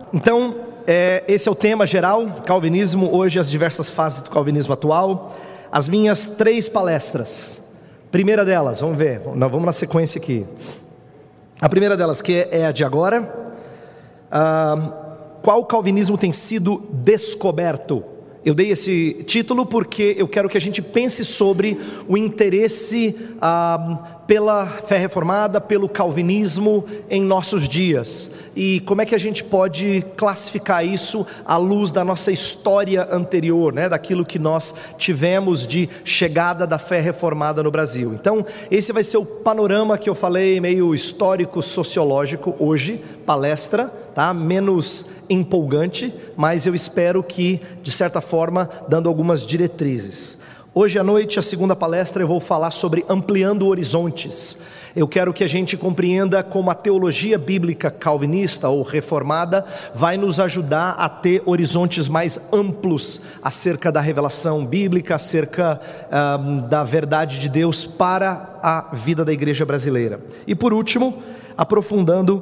Então, esse é o tema geral, calvinismo, hoje as diversas fases do calvinismo atual. As minhas 3 palestras, primeira delas, vamos ver, vamos na sequência aqui. A primeira delas, que é a de agora, qual calvinismo tem sido descoberto? Eu dei esse título porque eu quero que a gente pense sobre o interesse pela fé reformada, pelo calvinismo em nossos dias, e como é que a gente pode classificar isso à luz da nossa história anterior, né? Daquilo que nós tivemos de chegada da fé reformada no Brasil. Então esse vai ser o panorama que eu falei, meio histórico, sociológico hoje, palestra, tá? Menos empolgante, mas eu espero que, de certa forma, dando algumas diretrizes. Hoje à noite, a segunda palestra, eu vou falar sobre ampliando horizontes. Eu quero que a gente compreenda como a teologia bíblica calvinista ou reformada vai nos ajudar a ter horizontes mais amplos acerca da revelação bíblica, acerca da verdade de Deus para a vida da igreja brasileira. E por último, aprofundando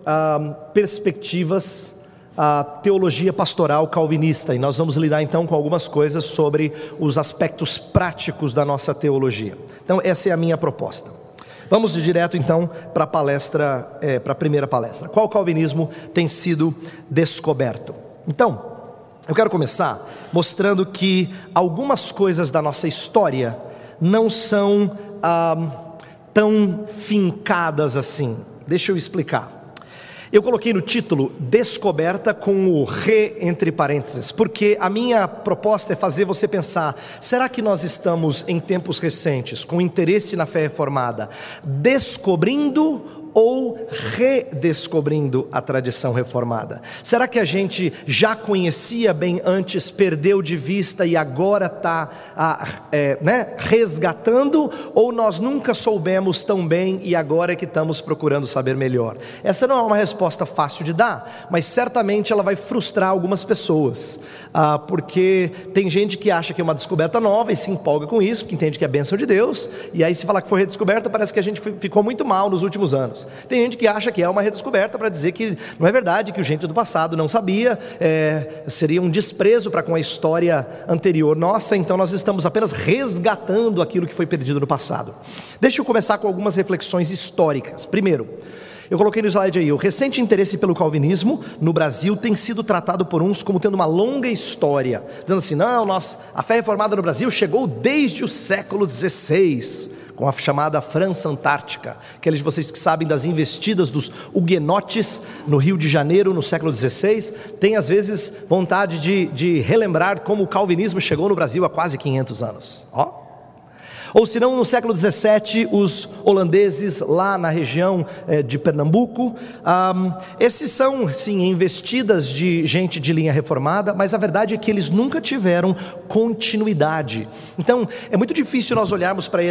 perspectivas, a teologia pastoral calvinista, e nós vamos lidar então com algumas coisas sobre os aspectos práticos da nossa teologia. Então essa é a minha proposta. Vamos direto então para a palestra, para a primeira palestra. Qual calvinismo tem sido descoberto? Então, eu quero começar mostrando que algumas coisas da nossa história não são tão fincadas assim. Deixa eu explicar. Eu coloquei no título descoberta com o re entre parênteses, porque a minha proposta é fazer você pensar: será que nós estamos em tempos recentes com interesse na fé reformada descobrindo ou redescobrindo a tradição reformada? Será que a gente já conhecia bem antes, perdeu de vista e agora está resgatando, ou nós nunca soubemos tão bem e agora é que estamos procurando saber melhor? Essa não é uma resposta fácil de dar, mas certamente ela vai frustrar algumas pessoas, porque tem gente que acha que é uma descoberta nova e se empolga com isso, porque entende que é bênção de Deus, e aí se falar que foi redescoberta parece que a gente ficou muito mal nos últimos anos. Tem gente que acha que é uma redescoberta para dizer que não é verdade, que o gente do passado não sabia, seria um desprezo para com a história anterior nossa, então nós estamos apenas resgatando aquilo que foi perdido no passado. Deixa eu começar com algumas reflexões históricas. Primeiro, eu coloquei no slide aí: o recente interesse pelo calvinismo no Brasil tem sido tratado por uns como tendo uma longa história, dizendo assim, não, a fé reformada no Brasil chegou desde o século XVI, com a chamada França Antártica. Aqueles de vocês que sabem das investidas dos huguenotes no Rio de Janeiro no século XVI, têm às vezes vontade de relembrar como o calvinismo chegou no Brasil há quase 500 anos. Ou se não, no século XVII, os holandeses lá na região de Pernambuco. Esses são, sim, investidas de gente de linha reformada, mas a verdade é que eles nunca tiveram continuidade. Então, é muito difícil nós olharmos para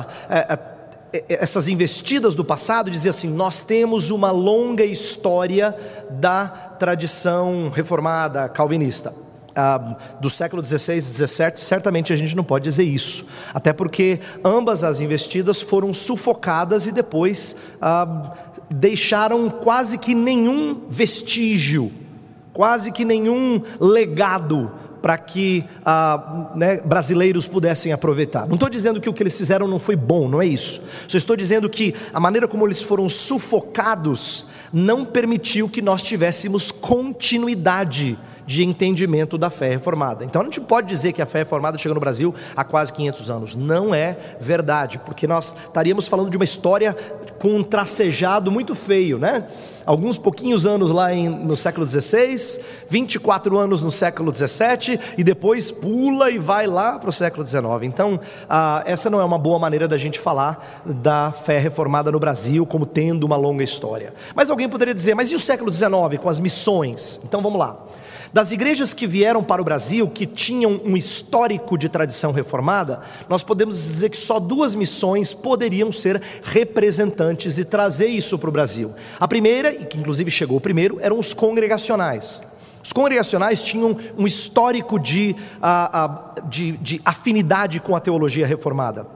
essas investidas do passado e dizer assim: nós temos uma longa história da tradição reformada calvinista. Do século XVI e XVII, certamente a gente não pode dizer isso, até porque ambas as investidas foram sufocadas e depois deixaram quase que nenhum vestígio, quase que nenhum legado para que brasileiros pudessem aproveitar. Não estou dizendo que o que eles fizeram não foi bom, não é isso. Só estou dizendo que a maneira como eles foram sufocados não permitiu que nós tivéssemos continuidade de entendimento da fé reformada. Então a gente pode dizer que a fé reformada chegou no Brasil há quase 500 anos. Não é verdade, porque nós estaríamos falando de uma história com um tracejado muito feio, né? Alguns pouquinhos anos lá no século XVI, 24 anos no século XVII, e depois pula e vai lá para o século XIX. Então essa não é uma boa maneira da gente falar da fé reformada no Brasil como tendo uma longa história. Mas alguém poderia dizer: mas e o século XIX com as missões? Então vamos lá. Das igrejas que vieram para o Brasil, que tinham um histórico de tradição reformada, nós podemos dizer que só 2 missões poderiam ser representantes e trazer isso para o Brasil. A primeira, e que inclusive chegou primeiro, eram os congregacionais. Os congregacionais tinham um histórico de afinidade com a teologia reformada.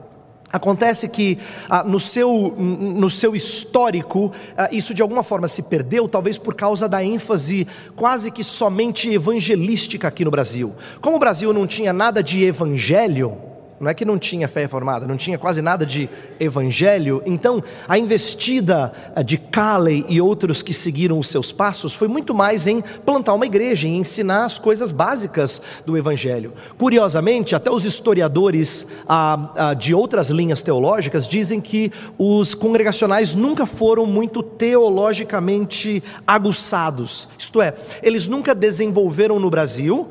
Acontece que no seu histórico, isso de alguma forma se perdeu, talvez por causa da ênfase quase que somente evangelística aqui no Brasil. Como o Brasil não tinha nada de evangelho, não é que não tinha fé reformada, não tinha quase nada de evangelho, então a investida de Calley e outros que seguiram os seus passos foi muito mais em plantar uma igreja, em ensinar as coisas básicas do evangelho. Curiosamente, até os historiadores de outras linhas teológicas dizem que os congregacionais nunca foram muito teologicamente aguçados, isto é, eles nunca desenvolveram no Brasil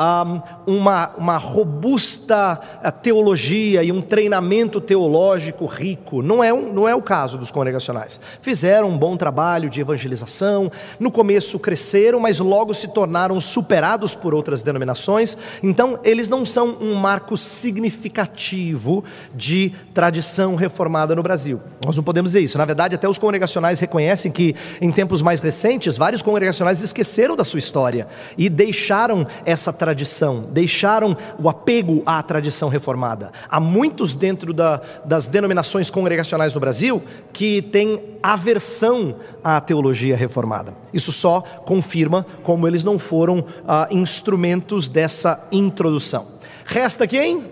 uma robusta teologia e um treinamento teológico rico. Não é o caso dos congregacionais. Fizeram um bom trabalho de evangelização, no começo cresceram, mas logo se tornaram superados por outras denominações. Então eles não são um marco significativo de tradição reformada no Brasil. Nós não podemos dizer isso. Na verdade, até os congregacionais reconhecem que em tempos mais recentes, vários congregacionais esqueceram da sua história e deixaram essa tradição, deixaram o apego à tradição reformada. Há muitos dentro das denominações congregacionais no Brasil que têm aversão à teologia reformada. Isso só confirma como eles não foram instrumentos dessa introdução. Resta quem?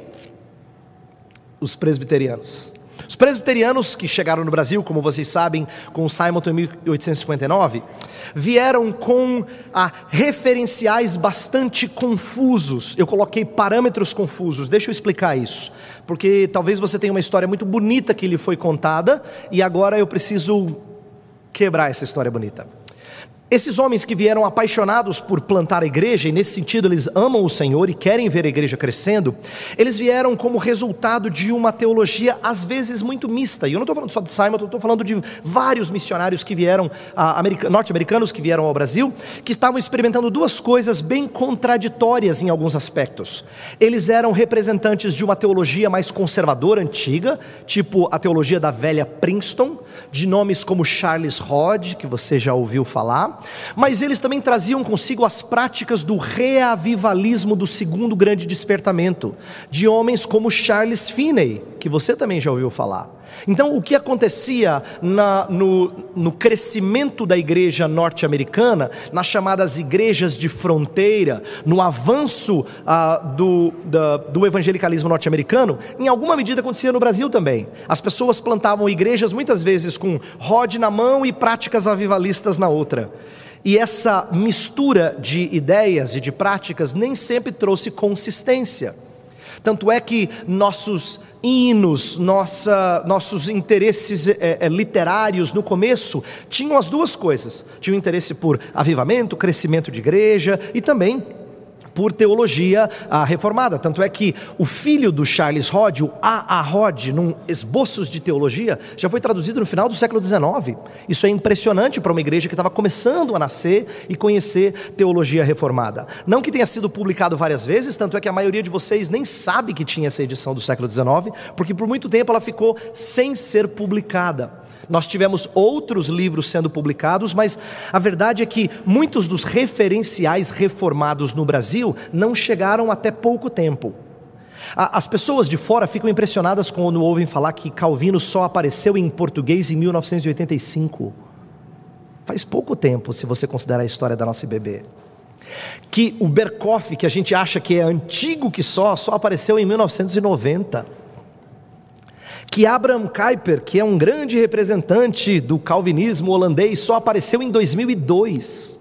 Os presbiterianos. Os presbiterianos que chegaram no Brasil, como vocês sabem, com Simonton em 1859, vieram com referenciais bastante confusos. Eu coloquei parâmetros confusos, deixa eu explicar isso, porque talvez você tenha uma história muito bonita que lhe foi contada, e agora eu preciso quebrar essa história bonita. Esses homens que vieram apaixonados por plantar a igreja, e nesse sentido eles amam o Senhor e querem ver a igreja crescendo, eles vieram como resultado de uma teologia às vezes muito mista. E eu não estou falando só de Simon, eu estou falando de vários missionários que vieram, norte-americanos que vieram ao Brasil, que estavam experimentando duas coisas bem contraditórias em alguns aspectos. Eles eram representantes de uma teologia mais conservadora, antiga, tipo a teologia da velha Princeton, de nomes como Charles Hodge, que você já ouviu falar, mas eles também traziam consigo as práticas do reavivalismo do segundo grande despertamento, de homens como Charles Finney, que você também já ouviu falar. Então o que acontecia no crescimento da igreja norte-americana, nas chamadas igrejas de fronteira, no avanço do evangelicalismo norte-americano, em alguma medida acontecia no Brasil também. As pessoas plantavam igrejas muitas vezes com rod na mão e práticas avivalistas na outra. E essa mistura de ideias e de práticas nem sempre trouxe consistência. Tanto é que nossos hinos, nossos interesses literários no começo tinham as duas coisas. Tinham interesse por avivamento, crescimento de igreja e também por teologia reformada. Tanto é que o filho do Charles Hodge, o A.A. Hodge, num Esboços de Teologia, já foi traduzido no final do século XIX. Isso é impressionante para uma igreja que estava começando a nascer e conhecer teologia reformada. Não que tenha sido publicado várias vezes, tanto é que a maioria de vocês nem sabe que tinha essa edição do século XIX, porque por muito tempo ela ficou sem ser publicada. Nós tivemos outros livros sendo publicados, mas a verdade é que muitos dos referenciais reformados no Brasil não chegaram até pouco tempo. As pessoas de fora ficam impressionadas quando ouvem falar que Calvino só apareceu em português em 1985. Faz pouco tempo, se você considerar a história da nossa IBB. Que o Berkhof, que a gente acha que é antigo que só apareceu em 1990. Que Abraham Kuyper, que é um grande representante do calvinismo holandês, só apareceu em 2002.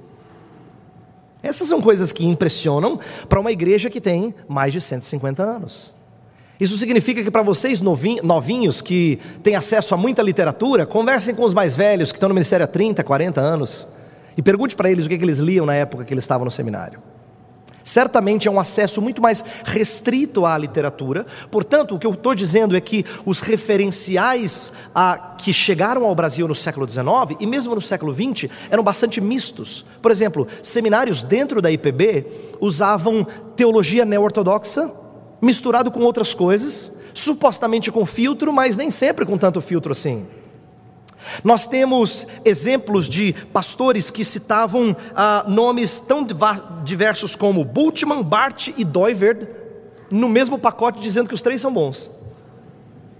Essas são coisas que impressionam para uma igreja que tem mais de 150 anos. Isso significa que para vocês novinhos que têm acesso a muita literatura, conversem com os mais velhos que estão no ministério há 30, 40 anos e pergunte para eles o que eles liam na época que eles estavam no seminário. Certamente é um acesso muito mais restrito à literatura. Portanto, o que eu estou dizendo é que os referenciais que chegaram ao Brasil no século XIX e mesmo no século XX eram bastante mistos. Por exemplo, seminários dentro da IPB usavam teologia neo-ortodoxa misturado com outras coisas, supostamente com filtro, mas nem sempre com tanto filtro assim. Nós temos exemplos de pastores que citavam nomes tão diversos como Bultmann, Barth e Doiverd no mesmo pacote, dizendo que os três são bons.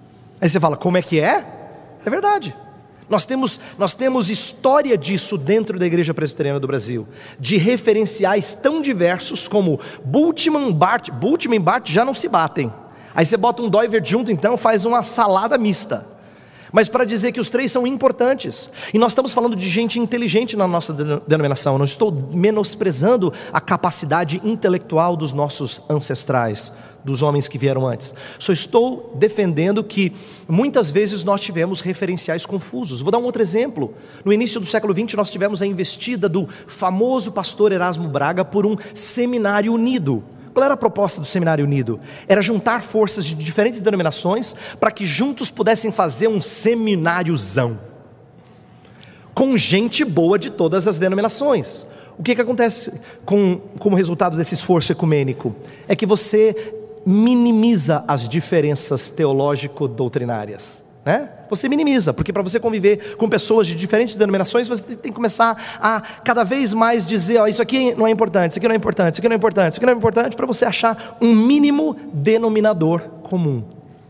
Aí você fala, como é que é? É verdade. Nós temos história disso dentro da Igreja Presbiteriana do Brasil, de referenciais tão diversos como Bultmann e Barth já não se batem. Aí você bota um Doivert junto, então faz uma salada mista. Mas para dizer que os três são importantes. E nós estamos falando de gente inteligente na nossa denominação. Eu não estou menosprezando a capacidade intelectual dos nossos ancestrais, dos homens que vieram antes. Só estou defendendo que muitas vezes nós tivemos referenciais confusos. Vou dar um outro exemplo. No início do século XX nós tivemos a investida do famoso pastor Erasmo Braga por um seminário unido. Qual era a proposta do Seminário Unido? Era juntar forças de diferentes denominações para que juntos pudessem fazer um semináriozão, com gente boa de todas as denominações. O que acontece como resultado desse esforço ecumênico? É que você minimiza as diferenças teológico-doutrinárias. Você minimiza, porque para você conviver com pessoas de diferentes denominações, você tem que começar a cada vez mais dizer, isso aqui não é importante, isso aqui não é importante, isso aqui não é importante, isso aqui não é importante, para você achar um mínimo denominador comum.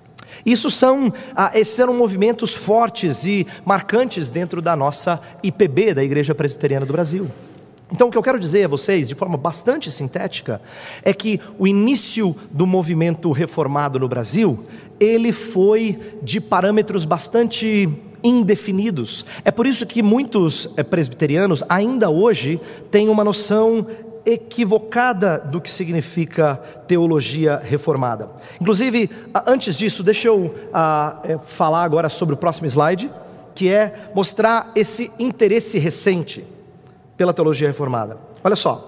Esses eram movimentos fortes e marcantes dentro da nossa IPB, da Igreja Presbiteriana do Brasil. Então o que eu quero dizer a vocês, de forma bastante sintética, é que o início do movimento reformado no Brasil, ele foi de parâmetros bastante indefinidos. É por isso que muitos presbiterianos ainda hoje têm uma noção equivocada do que significa teologia reformada. Inclusive, antes disso, deixa eu falar agora sobre o próximo slide, que é mostrar esse interesse recente pela teologia reformada. Olha só,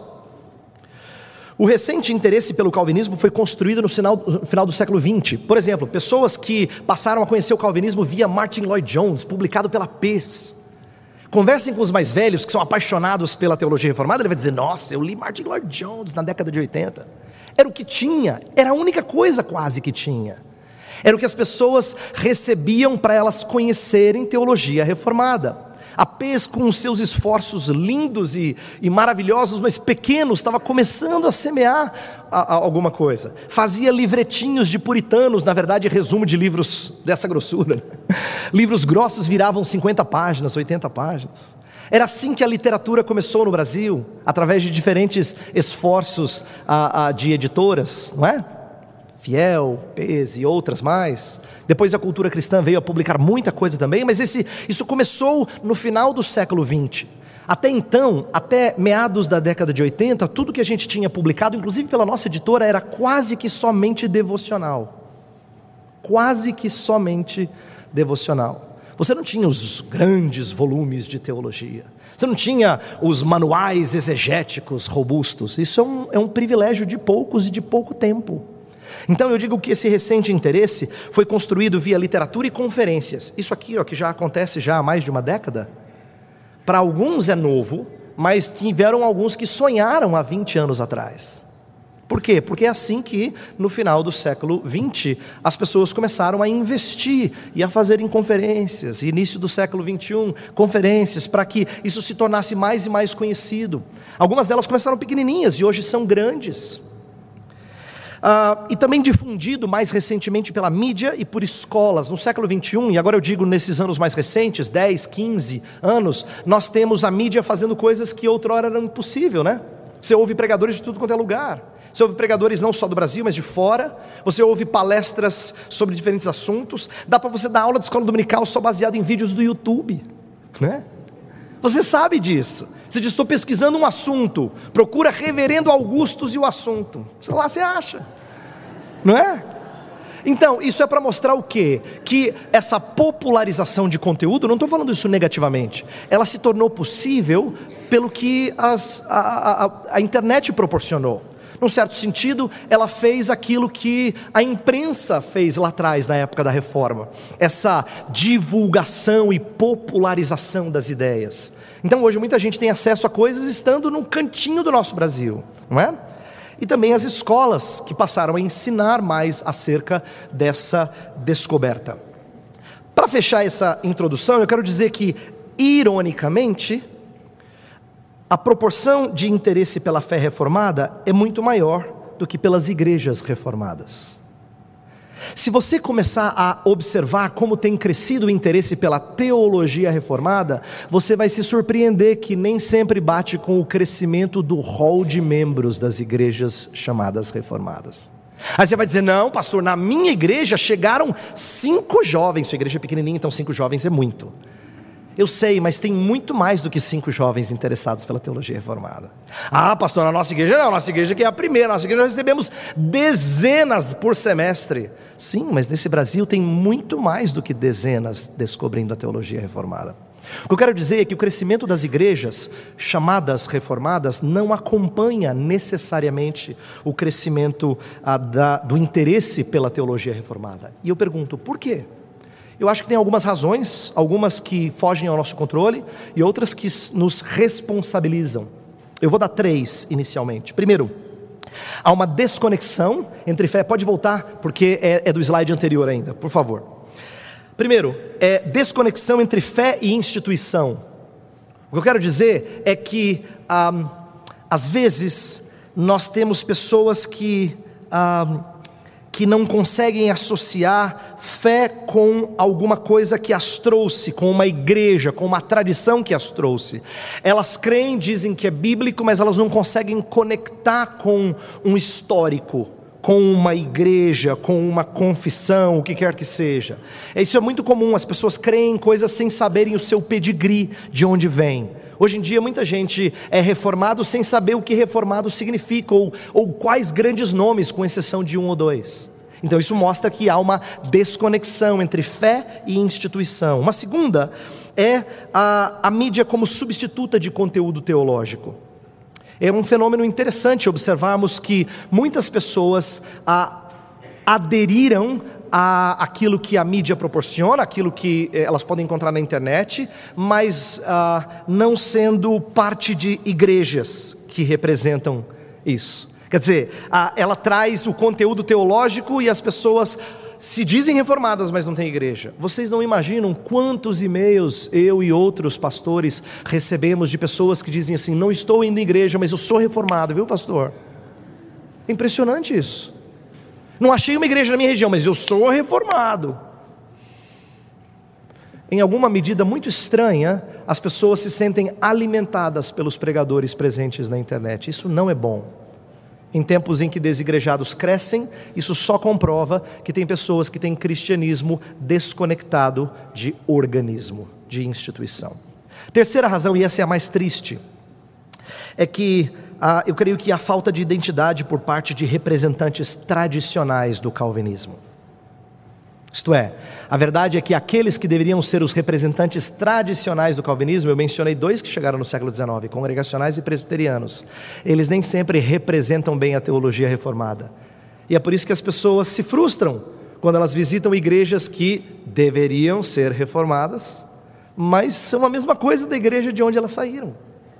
o recente interesse pelo calvinismo foi construído no final do século XX. Por exemplo, pessoas que passaram a conhecer o calvinismo via Martin Lloyd-Jones, publicado pela PES. Conversem com os mais velhos que são apaixonados pela teologia reformada, ele vai dizer, nossa, eu li Martin Lloyd-Jones na década de 80. Era o que tinha, era a única coisa quase que tinha. Era o que as pessoas recebiam para elas conhecerem teologia reformada. A PES, com os seus esforços lindos e maravilhosos, mas pequenos, estava começando a semear alguma coisa. Fazia livretinhos de puritanos, na verdade resumo de livros dessa grossura. Livros grossos viravam 50 páginas, 80 páginas. Era assim que a literatura começou no Brasil, através de diferentes esforços de editoras, não é? Fiel, PES e outras mais. Depois a cultura cristã veio a publicar muita coisa também, mas isso começou no final do século XX. Até então, até meados da década de 80, tudo que a gente tinha publicado, inclusive pela nossa editora, era quase que somente devocional. Quase que somente devocional. Você não tinha os grandes volumes de teologia. Você não tinha os manuais exegéticos robustos. Isso é um privilégio de poucos e de pouco tempo. Então eu digo que esse recente interesse foi construído via literatura e conferências. Isso aqui, que já acontece já há mais de uma década, para alguns é novo, mas tiveram alguns que sonharam há 20 anos atrás. Por quê? Porque é assim que no final do século XX as pessoas começaram a investir e a fazerem conferências. Início do século XXI, conferências, para que isso se tornasse mais e mais conhecido. Algumas delas começaram pequenininhas e hoje são grandes. E também difundido mais recentemente pela mídia e por escolas. No século XXI, e agora eu digo nesses anos mais recentes, 10, 15 anos, nós temos a mídia fazendo coisas que outrora eram impossível, né? Você ouve pregadores de tudo quanto é lugar. Você ouve pregadores não só do Brasil, mas de fora. Você ouve palestras sobre diferentes assuntos. Dá para você dar aula de escola dominical só baseado em vídeos do YouTube, né? Você sabe disso. Você diz, estou pesquisando um assunto, procura Reverendo Augustus e o assunto. Sei lá, você acha, não é? Então, isso é para mostrar o quê? Que essa popularização de conteúdo, não estou falando isso negativamente, ela se tornou possível pelo que a internet proporcionou. Num certo sentido, ela fez aquilo que a imprensa fez lá atrás, na época da Reforma. Essa divulgação e popularização das ideias. Então hoje muita gente tem acesso a coisas estando num cantinho do nosso Brasil, não é? E também as escolas que passaram a ensinar mais acerca dessa descoberta. Para fechar essa introdução, eu quero dizer que, ironicamente, a proporção de interesse pela fé reformada é muito maior do que pelas igrejas reformadas. Se você começar a observar como tem crescido o interesse pela teologia reformada, você vai se surpreender que nem sempre bate com o crescimento do rol de membros das igrejas chamadas reformadas. Aí você vai dizer, não pastor, na minha igreja chegaram 5 jovens, sua igreja é pequenininha, então 5 jovens é muito. Eu sei, mas tem muito mais do que 5 jovens interessados pela teologia reformada. Ah pastor, na nossa igreja não, nossa igreja que é a primeira, nossa igreja nós recebemos dezenas por semestre. Sim, mas nesse Brasil tem muito mais do que dezenas descobrindo a teologia reformada. O que eu quero dizer é que o crescimento das igrejas chamadas reformadas não acompanha necessariamente o crescimento do interesse pela teologia reformada. E eu pergunto, por quê? Eu acho que tem algumas razões, algumas que fogem ao nosso controle e outras que nos responsabilizam. Eu vou dar 3 inicialmente. Primeiro, há uma desconexão entre fé. Pode voltar, porque é do slide anterior ainda, por favor. Primeiro, desconexão entre fé e instituição. O que eu quero dizer é que, às vezes, nós temos pessoas que não conseguem associar fé com alguma coisa que as trouxe, com uma igreja, com uma tradição que as trouxe. Elas creem, dizem que é bíblico, mas elas não conseguem conectar com um histórico, com uma igreja, com uma confissão, o que quer que seja. Isso é muito comum, as pessoas creem em coisas sem saberem o seu pedigree, de onde vem. Hoje em dia muita gente é reformado sem saber o que reformado significa, ou quais grandes nomes, com exceção de 1 ou 2. Então isso mostra que há uma desconexão entre fé e instituição. Uma segunda é a mídia como substituta de conteúdo teológico. É um fenômeno interessante observarmos que muitas pessoas aderiram aquilo que a mídia proporciona, aquilo que elas podem encontrar na internet, mas não sendo parte de igrejas que representam isso. Quer dizer, ela traz o conteúdo teológico e as pessoas se dizem reformadas, mas não tem igreja. Vocês não imaginam quantos e-mails eu e outros pastores recebemos de pessoas que dizem assim, não estou indo à igreja, mas eu sou reformado, viu pastor? É impressionante isso. Não achei uma igreja na minha região, mas eu sou reformado. Em alguma medida muito estranha, as pessoas se sentem alimentadas pelos pregadores presentes na internet. Isso não é bom. Em tempos em que desigrejados crescem, isso só comprova que tem pessoas que têm cristianismo desconectado de organismo, de instituição. Terceira razão, e essa é a mais triste, é que eu creio que há falta de identidade por parte de representantes tradicionais do calvinismo. Isto é, a verdade é que aqueles que deveriam ser os representantes tradicionais do calvinismo, eu mencionei 2 que chegaram no século XIX, congregacionais e presbiterianos, eles nem sempre representam bem a teologia reformada. E é por isso que as pessoas se frustram quando elas visitam igrejas que deveriam ser reformadas, mas são a mesma coisa da igreja de onde elas saíram.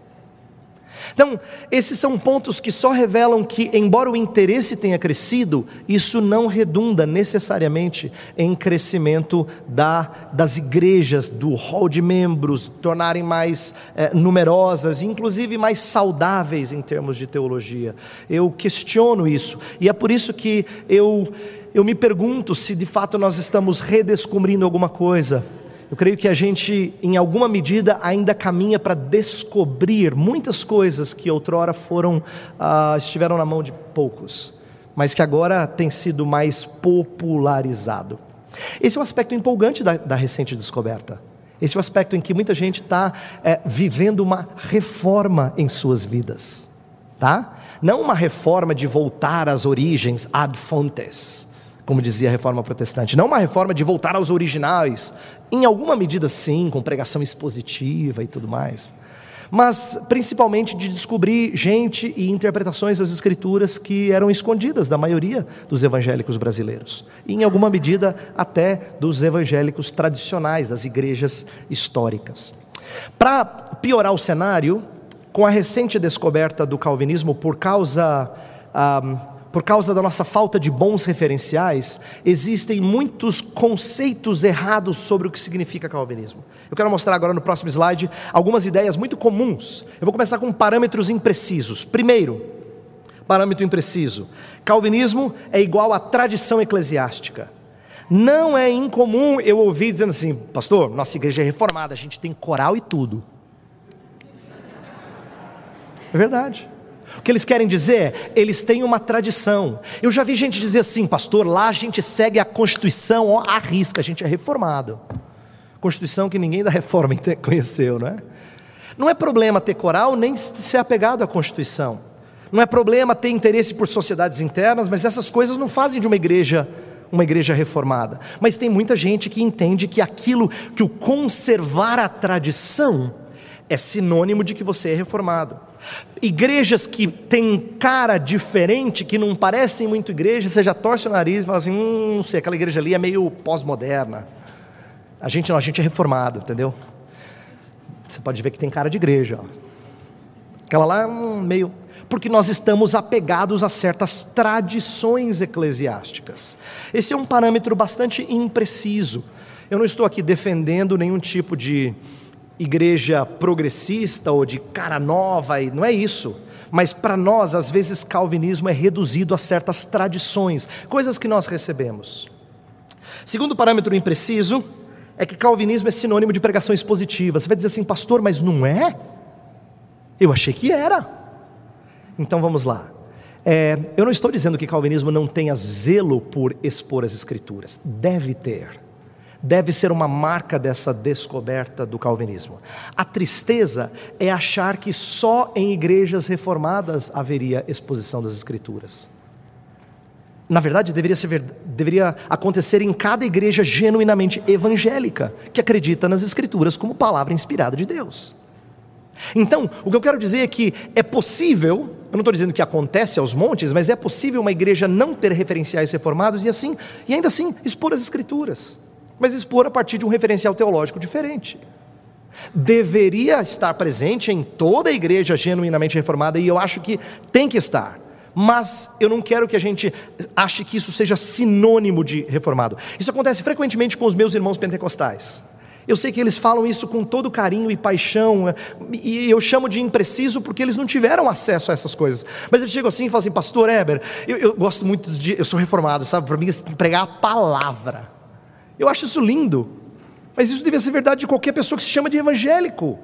Então, esses são pontos que só revelam que, embora o interesse tenha crescido, isso não redunda necessariamente em crescimento das igrejas, do rol de membros, tornarem mais numerosas, inclusive mais saudáveis em termos de teologia. Eu questiono isso, e é por isso que eu me pergunto se de fato nós estamos redescobrindo alguma coisa. Eu creio que a gente, em alguma medida, ainda caminha para descobrir muitas coisas que outrora estiveram na mão de poucos, mas que agora tem sido mais popularizado. Esse é um aspecto empolgante da recente descoberta. Esse é o aspecto em que muita gente está vivendo uma reforma em suas vidas, tá? Não uma reforma de voltar às origens, ad fontes, como dizia a reforma protestante, não uma reforma de voltar aos originais, em alguma medida sim, com pregação expositiva e tudo mais, mas principalmente de descobrir gente e interpretações das escrituras que eram escondidas da maioria dos evangélicos brasileiros, e em alguma medida até dos evangélicos tradicionais, das igrejas históricas. Para piorar o cenário, com a recente descoberta do calvinismo por causa da nossa falta de bons referenciais, existem muitos conceitos errados sobre o que significa calvinismo. Eu quero mostrar agora no próximo slide algumas ideias muito comuns. Eu vou começar com parâmetros imprecisos. Primeiro, Parâmetro impreciso: calvinismo é igual à tradição eclesiástica. Não é incomum eu ouvir dizendo assim: pastor, nossa igreja é reformada, a gente tem coral e tudo. É verdade. O que eles querem dizer é, eles têm uma tradição. Eu já vi gente dizer assim: pastor, lá a gente segue a Constituição, ó, à risca, a gente é reformado. Constituição que ninguém da reforma conheceu, não é? Não é problema ter coral, nem ser apegado à Constituição. Não é problema ter interesse por sociedades internas, mas essas coisas não fazem de uma igreja reformada. Mas tem muita gente que entende que aquilo, que o conservar a tradição é sinônimo de que você é reformado. Igrejas que têm cara diferente, que não parecem muito igreja, você já torce o nariz e fala assim: não sei, aquela igreja ali é meio pós-moderna. A gente não, a gente é reformado, entendeu? Você pode ver que tem cara de igreja, ó. Aquela lá é meio... Porque nós estamos apegados a certas tradições eclesiásticas. Esse é um parâmetro bastante impreciso. Eu não estou aqui defendendo nenhum tipo de igreja progressista ou de cara nova, não é isso. Mas para nós, às vezes, calvinismo é reduzido a certas tradições, coisas que nós recebemos. Segundo parâmetro impreciso é que calvinismo é sinônimo de pregação expositiva. Você vai dizer assim: pastor, mas não é? Eu achei que era. Então vamos lá. Eu não estou dizendo que calvinismo não tenha zelo por expor as escrituras. Deve ter. Deve ser uma marca dessa descoberta do calvinismo. A tristeza é achar que só em igrejas reformadas haveria exposição das escrituras. Na verdade, deveria acontecer em cada igreja genuinamente evangélica, que acredita nas escrituras como palavra inspirada de Deus. Então, o que eu quero dizer é que é possível, eu não estou dizendo que acontece aos montes, mas é possível uma igreja não ter referenciais reformados e ainda assim expor as escrituras, mas expor a partir de um referencial teológico diferente. Deveria estar presente em toda a igreja genuinamente reformada, e eu acho que tem que estar. Mas eu não quero que a gente ache que isso seja sinônimo de reformado. Isso acontece frequentemente com os meus irmãos pentecostais. Eu sei que eles falam isso com todo carinho e paixão, e eu chamo de impreciso porque eles não tiveram acesso a essas coisas. Mas eles chegam assim e falam assim: pastor Heber, eu gosto muito eu sou reformado, sabe? Para mim, pregar a palavra. Eu acho isso lindo. Mas isso devia ser verdade de qualquer pessoa que se chama de evangélico.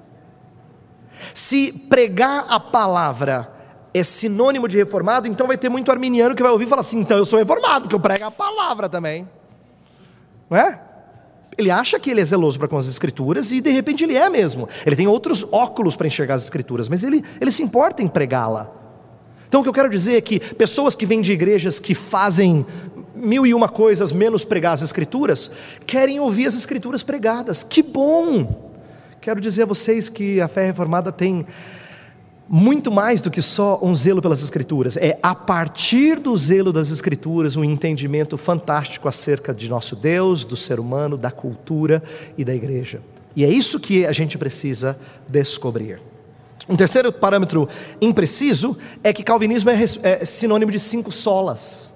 Se pregar a palavra é sinônimo de reformado, então vai ter muito arminiano que vai ouvir e falar assim: então eu sou reformado, porque eu prego a palavra também. Não é? Ele acha que ele é zeloso para com as escrituras, e de repente ele é mesmo. Ele tem outros óculos para enxergar as escrituras, mas ele se importa em pregá-la. Então o que eu quero dizer é que pessoas que vêm de igrejas que fazem 1001 coisas menos pregar as escrituras, querem ouvir as escrituras pregadas. Que bom! Quero dizer a vocês que a fé reformada tem muito mais do que só um zelo pelas escrituras. É a partir do zelo das escrituras um entendimento fantástico acerca de nosso Deus, do ser humano, da cultura e da igreja. E é isso que a gente precisa descobrir. Um terceiro parâmetro impreciso é que calvinismo é sinônimo de 5 solas.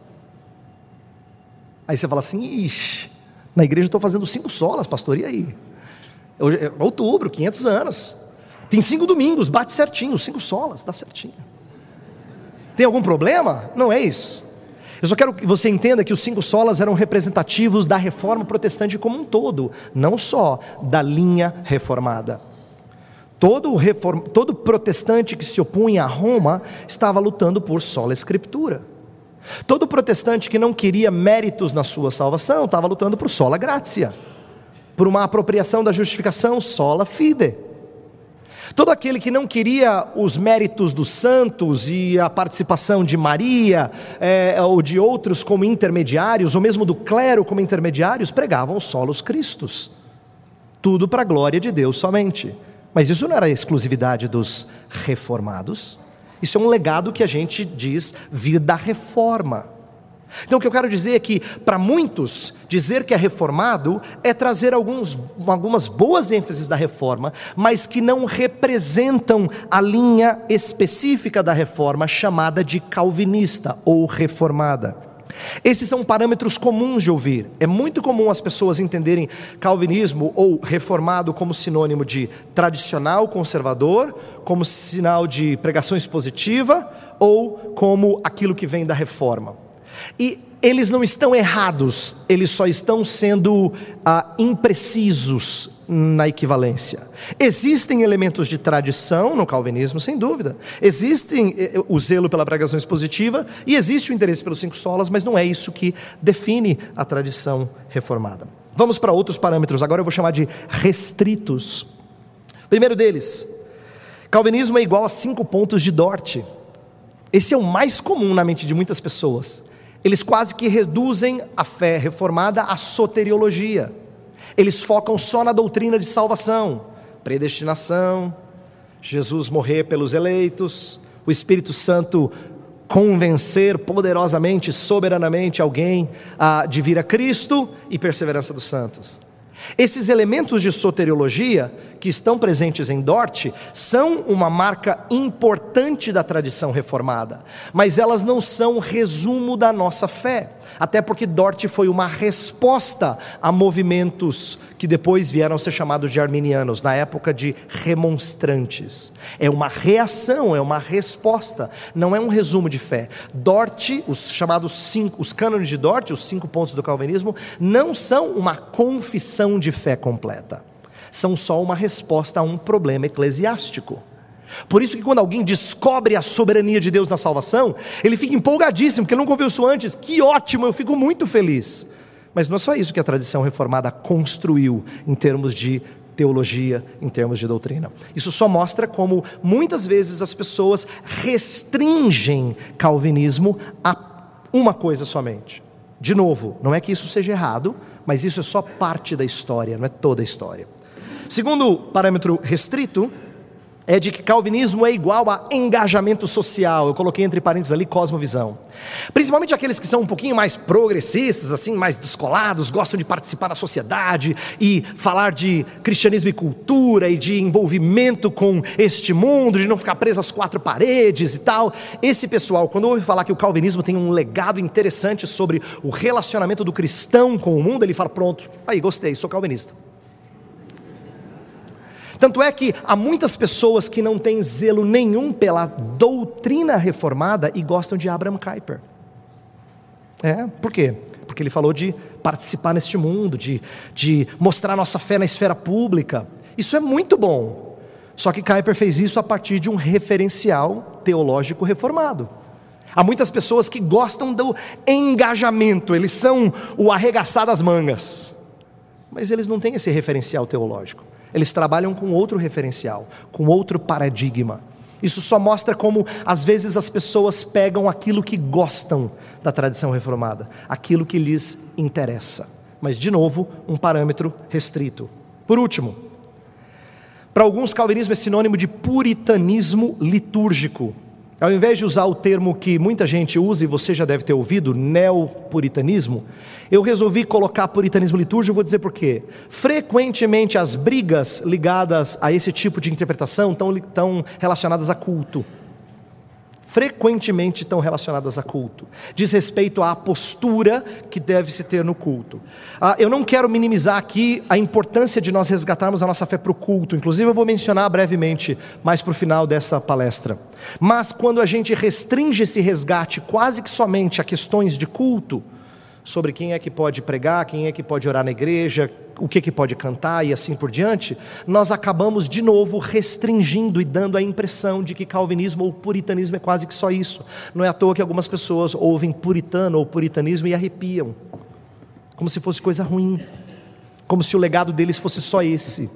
Aí você fala assim: ixi, na igreja eu estou fazendo 5 solas, pastor, e aí? Outubro, 500 anos. Tem 5 domingos, bate certinho, 5 solas, dá certinho. Tem algum problema? Não é isso. Eu só quero que você entenda que os 5 solas eram representativos da reforma protestante como um todo, não só da linha reformada. Todo protestante que se opunha a Roma estava lutando por sola escritura. Todo protestante que não queria méritos na sua salvação estava lutando por sola gratia, por uma apropriação da justificação sola fide. Todo aquele que não queria os méritos dos santos e a participação de Maria, ou de outros como intermediários, ou mesmo do clero como intermediários, pregavam os solos Cristos. Tudo para a glória de Deus somente. Mas isso não era a exclusividade dos reformados. Isso é um legado que a gente diz vir da reforma. Então o que eu quero dizer é que, para muitos, dizer que é reformado é trazer algumas boas ênfases da reforma, mas que não representam a linha específica da reforma, chamada de calvinista ou reformada. Esses são parâmetros comuns de ouvir. É muito comum as pessoas entenderem calvinismo ou reformado como sinônimo de tradicional conservador, como sinal de pregação expositiva, ou como aquilo que vem da reforma. E eles não estão errados, eles só estão sendo imprecisos na equivalência. Existem elementos de tradição no calvinismo, sem dúvida. Existem o zelo pela pregação expositiva e existe o interesse pelos 5 solas, mas não é isso que define a tradição reformada. Vamos para outros parâmetros, agora eu vou chamar de restritos. Primeiro deles, calvinismo é igual a 5 pontos de Dort. Esse é o mais comum na mente de muitas pessoas. Eles quase que reduzem a fé reformada à soteriologia. Eles focam só na doutrina de salvação, predestinação, Jesus morrer pelos eleitos, o Espírito Santo convencer poderosamente, soberanamente alguém de vir a Cristo e perseverança dos santos. Esses elementos de soteriologia que estão presentes em Dort são uma marca importante da tradição reformada, mas elas não são resumo da nossa fé, até porque Dort foi uma resposta a movimentos que depois vieram a ser chamados de arminianos, na época de remonstrantes. É uma reação, é uma resposta, não é um resumo de fé. Dort, os cânones de Dort, os 5 pontos do calvinismo, não são uma confissão de fé completa, são só uma resposta a um problema eclesiástico. Por isso que quando alguém descobre a soberania de Deus na salvação, ele fica empolgadíssimo, porque ele nunca ouviu isso antes. Que ótimo, eu fico muito feliz. Mas não é só isso que a tradição reformada construiu em termos de teologia, em termos de doutrina. Isso só mostra como muitas vezes as pessoas restringem calvinismo a uma coisa somente. De novo, não é que isso seja errado, mas isso é só parte da história, não é toda a história. Segundo parâmetro restrito, é de que calvinismo é igual a engajamento social. Eu coloquei entre parênteses ali cosmovisão. Principalmente aqueles que são um pouquinho mais progressistas, assim, mais descolados, gostam de participar da sociedade e falar de cristianismo e cultura e de envolvimento com este mundo, de não ficar preso às 4 paredes e tal. Esse pessoal, quando ouve falar que o calvinismo tem um legado interessante sobre o relacionamento do cristão com o mundo, ele fala: pronto, aí gostei, sou calvinista. Tanto é que há muitas pessoas que não têm zelo nenhum pela doutrina reformada e gostam de Abraham Kuyper. Por quê? Porque ele falou de participar neste mundo, de mostrar nossa fé na esfera pública. Isso é muito bom. Só que Kuyper fez isso a partir de um referencial teológico reformado. Há muitas pessoas que gostam do engajamento, eles são o arregaçar das mangas. Mas eles não têm esse referencial teológico. Eles trabalham com outro referencial, com outro paradigma. Isso só mostra como às vezes as pessoas pegam aquilo que gostam da tradição reformada, aquilo que lhes interessa. Mas de novo, um parâmetro restrito. Por último, para alguns calvinismo é sinônimo de puritanismo litúrgico. Ao invés de usar o termo que muita gente usa, e você já deve ter ouvido, neopuritanismo, eu resolvi colocar puritanismo litúrgico. Vou dizer por quê. Frequentemente as brigas ligadas a esse tipo de interpretação estão relacionadas a culto. Frequentemente estão relacionadas a culto. Diz respeito à postura que deve se ter no culto. Eu não quero minimizar aqui a importância de nós resgatarmos a nossa fé para o culto. Inclusive eu vou mencionar brevemente mais para o final dessa palestra. Mas quando a gente restringe esse resgate quase que somente a questões de culto, sobre quem é que pode pregar, quem é que pode orar na igreja, o que pode cantar e assim por diante, nós acabamos de novo restringindo e dando a impressão de que calvinismo ou puritanismo é quase que só isso. Não é à toa que algumas pessoas ouvem puritano ou puritanismo e arrepiam, como se fosse coisa ruim, como se o legado deles fosse só esse.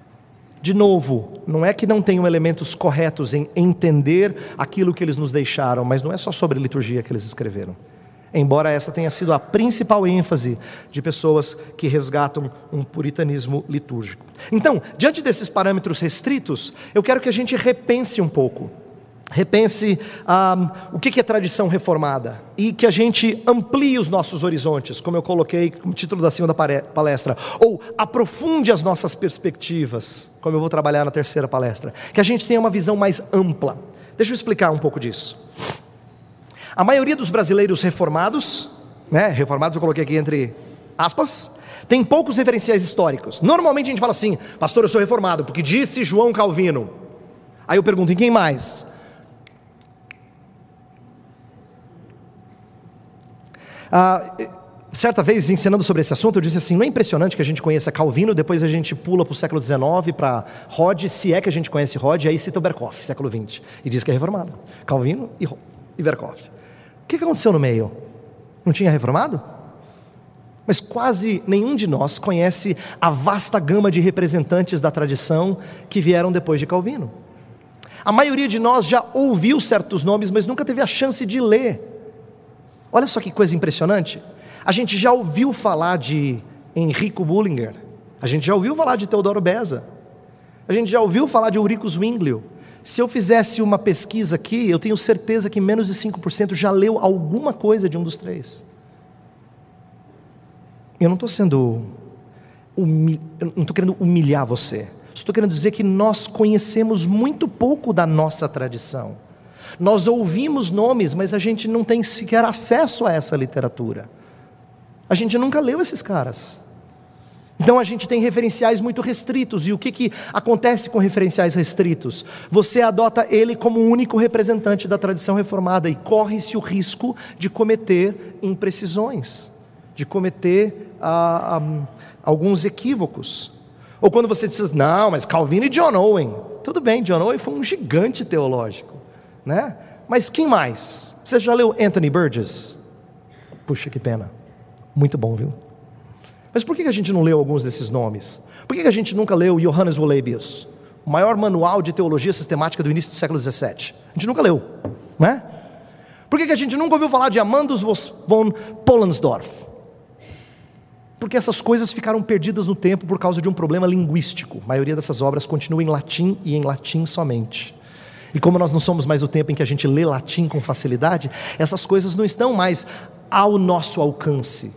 De novo, não é que não tenham elementos corretos em entender aquilo que eles nos deixaram, mas não é só sobre liturgia que eles escreveram. Embora essa tenha sido a principal ênfase de pessoas que resgatam um puritanismo litúrgico. Então, diante desses parâmetros restritos, eu quero que a gente repense um pouco. Repense o que é tradição reformada e que a gente amplie os nossos horizontes, como eu coloquei como título da segunda palestra, ou aprofunde as nossas perspectivas, como eu vou trabalhar na terceira palestra, que a gente tenha uma visão mais ampla. Deixa eu explicar um pouco disso. A maioria dos brasileiros reformados, reformados eu coloquei aqui entre aspas, tem poucos referenciais históricos. Normalmente a gente fala assim: pastor, eu sou reformado, porque disse João Calvino. Aí eu pergunto: em quem mais? Certa vez, ensinando sobre esse assunto, eu disse assim, não é impressionante que a gente conheça Calvino, depois a gente pula para o século XIX, para Rod, se é que a gente conhece Rod, aí cita o Berkhoff, século XX, e diz que é reformado. Calvino e Berkhoff. O que aconteceu no meio? Não tinha reformado? Mas quase nenhum de nós conhece a vasta gama de representantes da tradição que vieram depois de Calvino. A maioria de nós já ouviu certos nomes, mas nunca teve a chance de ler. Olha só que coisa impressionante. A gente já ouviu falar de Enrico Bullinger, a gente já ouviu falar de Teodoro Beza, a gente já ouviu falar de Eurico Zwinglio. Se eu fizesse uma pesquisa aqui, eu tenho certeza que menos de 5% já leu alguma coisa de um dos três. Eu não estou querendo humilhar você, estou querendo dizer que nós conhecemos muito pouco da nossa tradição. Nós ouvimos nomes, mas a gente não tem sequer acesso a essa literatura. A gente nunca leu esses caras. Então a gente tem referenciais muito restritos. E o que acontece com referenciais restritos? Você adota ele como o único representante da tradição reformada e corre-se o risco de cometer imprecisões, de cometer alguns equívocos. Ou quando você diz, não, mas Calvino e John Owen. Tudo bem, John Owen foi um gigante teológico, né? Mas quem mais? Você já leu Anthony Burgess? Puxa, que pena. Muito bom, viu? Mas por que a gente não leu alguns desses nomes? Por que a gente nunca leu Johannes Eusebius, o maior manual de teologia sistemática do início do século XVII? A gente nunca leu, não é? Por que a gente nunca ouviu falar de Amandus von Pollensdorf? Porque essas coisas ficaram perdidas no tempo por causa de um problema linguístico. A maioria dessas obras continua em latim e em latim somente. E como nós não somos mais o tempo em que a gente lê latim com facilidade, essas coisas não estão mais ao nosso alcance.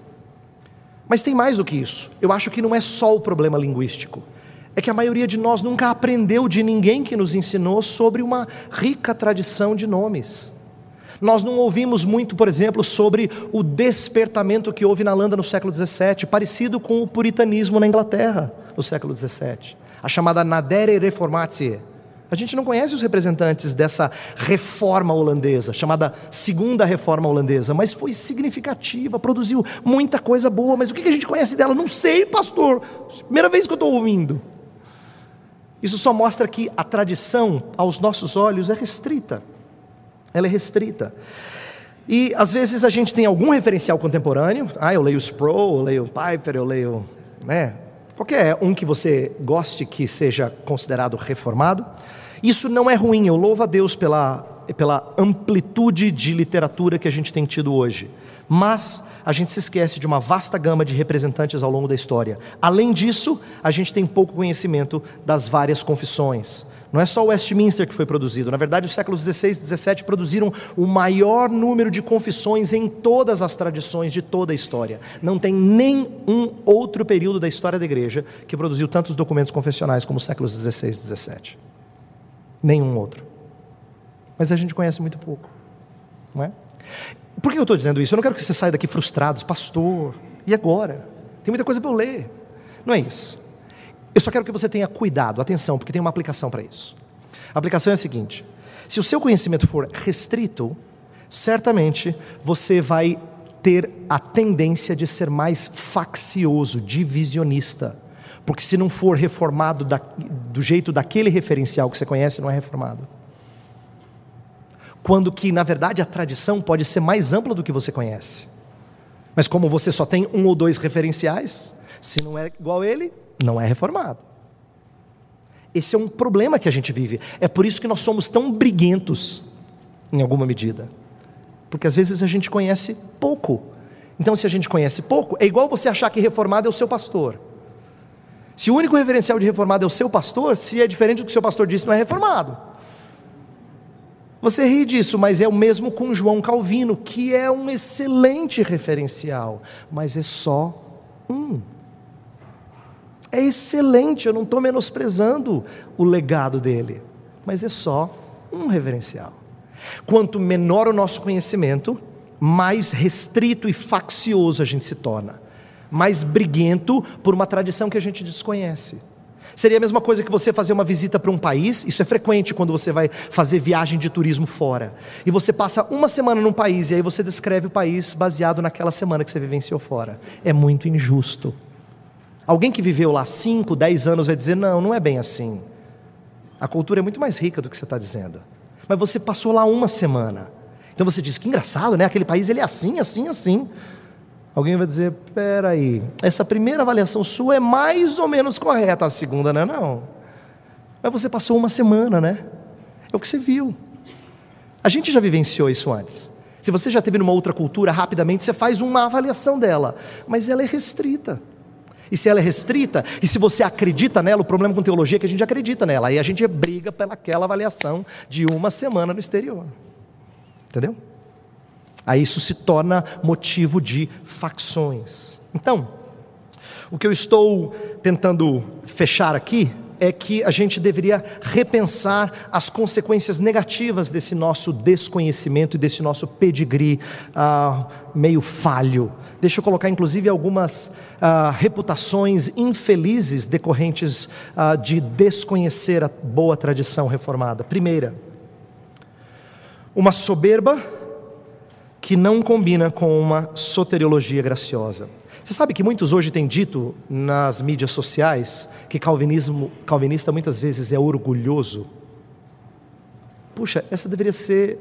Mas tem mais do que isso. Eu acho que não é só o problema linguístico. É que a maioria de nós nunca aprendeu de ninguém que nos ensinou sobre uma rica tradição de nomes. Nós não ouvimos muito, por exemplo, sobre o despertamento que houve na Irlanda no século XVII, parecido com o puritanismo na Inglaterra no século XVII. A chamada Nadere Reformatio. A gente não conhece os representantes dessa reforma holandesa, chamada Segunda Reforma Holandesa, mas foi significativa, produziu muita coisa boa. Mas o que a gente conhece dela? Não sei, pastor, primeira vez que eu estou ouvindo. Isso só mostra que a tradição, aos nossos olhos, é restrita. Ela é restrita. E às vezes a gente tem algum referencial contemporâneo. Eu leio Sproul, eu leio Piper, eu leio, qualquer um que você goste que seja considerado reformado. Isso não é ruim, eu louvo a Deus pela amplitude de literatura que a gente tem tido hoje. Mas a gente se esquece de uma vasta gama de representantes ao longo da história. Além disso, a gente tem pouco conhecimento das várias confissões. Não é só o Westminster que foi produzido. Na verdade, os séculos XVI e XVII produziram o maior número de confissões em todas as tradições de toda a história. Não tem nenhum outro período da história da igreja que produziu tantos documentos confessionais como os séculos XVI e XVII. Nenhum outro. Mas a gente conhece muito pouco, não é? Por que eu estou dizendo isso? Eu não quero que você saia daqui frustrado, pastor, e agora? Tem muita coisa para eu ler. Não é isso. Eu só quero que você tenha cuidado, atenção, porque tem uma aplicação para isso. A aplicação é a seguinte: se o seu conhecimento for restrito, certamente você vai ter a tendência de ser mais faccioso, divisionista. Porque se não for reformado do jeito daquele referencial que você conhece, não é reformado. Quando que, na verdade, a tradição pode ser mais ampla do que você conhece. Mas como você só tem um ou dois referenciais, se não é igual a ele, não é reformado. Esse é um problema que a gente vive. É por isso que nós somos tão briguentos, em alguma medida. Porque às vezes a gente conhece pouco. Então, se a gente conhece pouco, é igual você achar que reformado é o seu pastor. Se o único referencial de reformado é o seu pastor, se é diferente do que o seu pastor disse, não é reformado. Você ri disso, mas é o mesmo com João Calvino, que é um excelente referencial, mas é só um. É excelente, eu não estou menosprezando o legado dele, mas é só um referencial. Quanto menor o nosso conhecimento, mais restrito e faccioso a gente se torna. Mais briguento por uma tradição que a gente desconhece. Seria a mesma coisa que você fazer uma visita para um país. Isso é frequente quando você vai fazer viagem de turismo fora. E você passa uma semana num país e aí você descreve o país baseado naquela semana que você vivenciou fora. É muito injusto. Alguém que viveu lá 5, 10 anos vai dizer, não é bem assim. A cultura é muito mais rica do que você está dizendo. Mas você passou lá uma semana. Então você diz, que engraçado, né? Aquele país ele é assim, assim, assim. Alguém vai dizer, peraí, essa primeira avaliação sua é mais ou menos correta, a segunda não é não. Mas você passou uma semana, né? É o que você viu. A gente já vivenciou isso antes. Se você já esteve numa outra cultura, rapidamente você faz uma avaliação dela. Mas ela é restrita. E se ela é restrita, e se você acredita nela, o problema com teologia é que a gente acredita nela. Aí a gente briga pelaquela avaliação de uma semana no exterior. Entendeu? Aí isso se torna motivo de facções. Então, o que eu estou tentando fechar aqui é que a gente deveria repensar as consequências negativas desse nosso desconhecimento e desse nosso pedigree meio falho. Deixa eu colocar inclusive algumas reputações infelizes decorrentes de desconhecer a boa tradição reformada. Primeira, uma soberba que não combina com uma soteriologia graciosa. Você sabe que muitos hoje têm dito nas mídias sociais que calvinista muitas vezes é orgulhoso? Puxa, esse deveria ser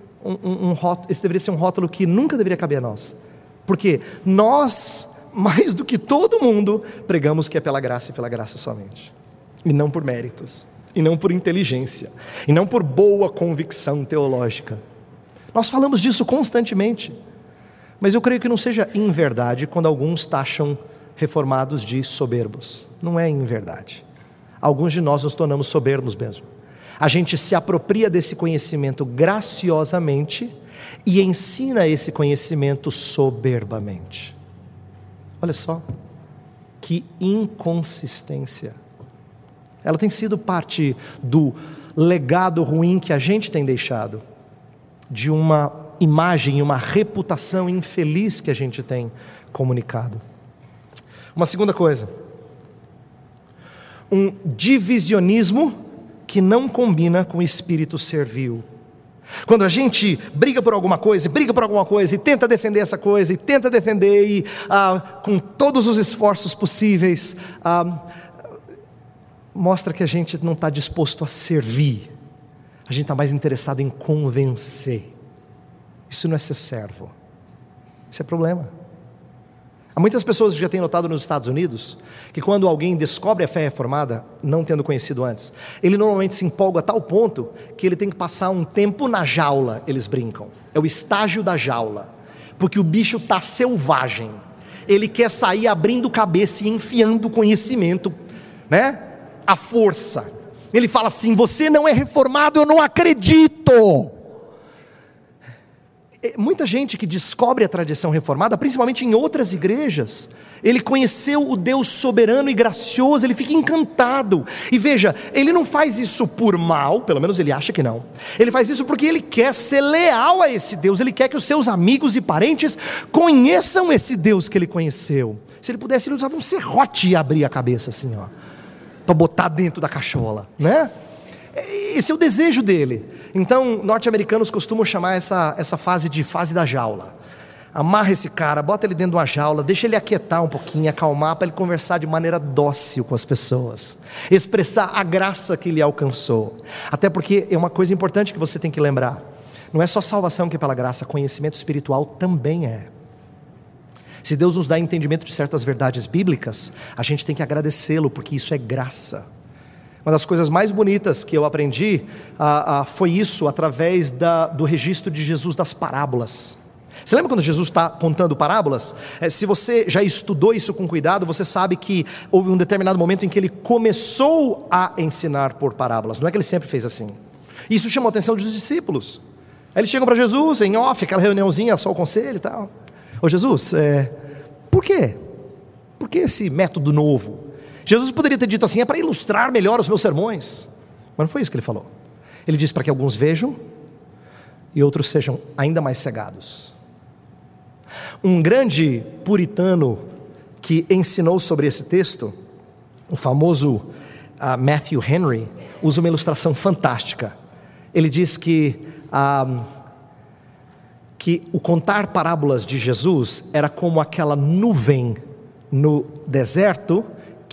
um rótulo que nunca deveria caber a nós. Porque nós, mais do que todo mundo, pregamos que é pela graça e pela graça somente. E não por méritos, e não por inteligência, e não por boa convicção teológica. Nós falamos disso constantemente, mas eu creio que não seja inverdade quando alguns taxam reformados de soberbos. Não é inverdade. Alguns de nós nos tornamos soberbos mesmo. A gente se apropria desse conhecimento graciosamente e ensina esse conhecimento soberbamente. Olha só, que inconsistência. Ela tem sido parte do legado ruim que a gente tem deixado, de uma imagem, uma reputação infeliz que a gente tem comunicado. Uma segunda coisa, um divisionismo que não combina com o espírito servil. Quando a gente briga por alguma coisa e tenta defender essa coisa, e tenta defender com todos os esforços possíveis, mostra que a gente não está disposto a servir. A gente está mais interessado em convencer. Isso não é ser servo. Isso é problema. Há muitas pessoas que já têm notado nos Estados Unidos que quando alguém descobre a fé reformada, não tendo conhecido antes, ele normalmente se empolga a tal ponto que ele tem que passar um tempo na jaula, eles brincam. É o estágio da jaula. Porque o bicho está selvagem. Ele quer sair abrindo cabeça e enfiando o conhecimento, né? A força. Ele fala assim, você não é reformado, eu não acredito. Muita gente que descobre a tradição reformada, principalmente em outras igrejas, ele conheceu o Deus soberano e gracioso, ele fica encantado. E veja, ele não faz isso por mal, pelo menos ele acha que não. Ele faz isso porque ele quer ser leal a esse Deus, ele quer que os seus amigos e parentes conheçam esse Deus que ele conheceu. Se ele pudesse, ele usava um serrote e abria a cabeça assim, ó, para botar dentro da cachola, né? Esse é o desejo dele. Então, norte-americanos costumam chamar essa fase de fase da jaula. Amarra esse cara, bota ele dentro de uma jaula, deixa ele aquietar um pouquinho, acalmar, para ele conversar de maneira dócil com as pessoas, expressar a graça que ele alcançou. Até porque é uma coisa importante que você tem que lembrar, não é só salvação que é pela graça, conhecimento espiritual também é. Se Deus nos dá entendimento de certas verdades bíblicas, a gente tem que agradecê-lo, porque isso é graça. Uma das coisas mais bonitas que eu aprendi foi isso, através do registro de Jesus das parábolas. Você lembra quando Jesus está contando parábolas? Se você já estudou isso com cuidado, você sabe que houve um determinado momento em que ele começou a ensinar por parábolas. Não é que ele sempre fez assim. Isso chamou a atenção dos discípulos. Aí eles chegam para Jesus, em off, aquela reuniãozinha, só o conselho e tal. Ô Jesus, por quê? Por que esse método novo? Jesus poderia ter dito assim, é para ilustrar melhor os meus sermões. Mas não foi isso que ele falou. Ele disse para que alguns vejam e outros sejam ainda mais cegados. Um grande puritano que ensinou sobre esse texto, o famoso Matthew Henry usa uma ilustração fantástica. Ele diz que o contar parábolas de Jesus era como aquela nuvem no deserto,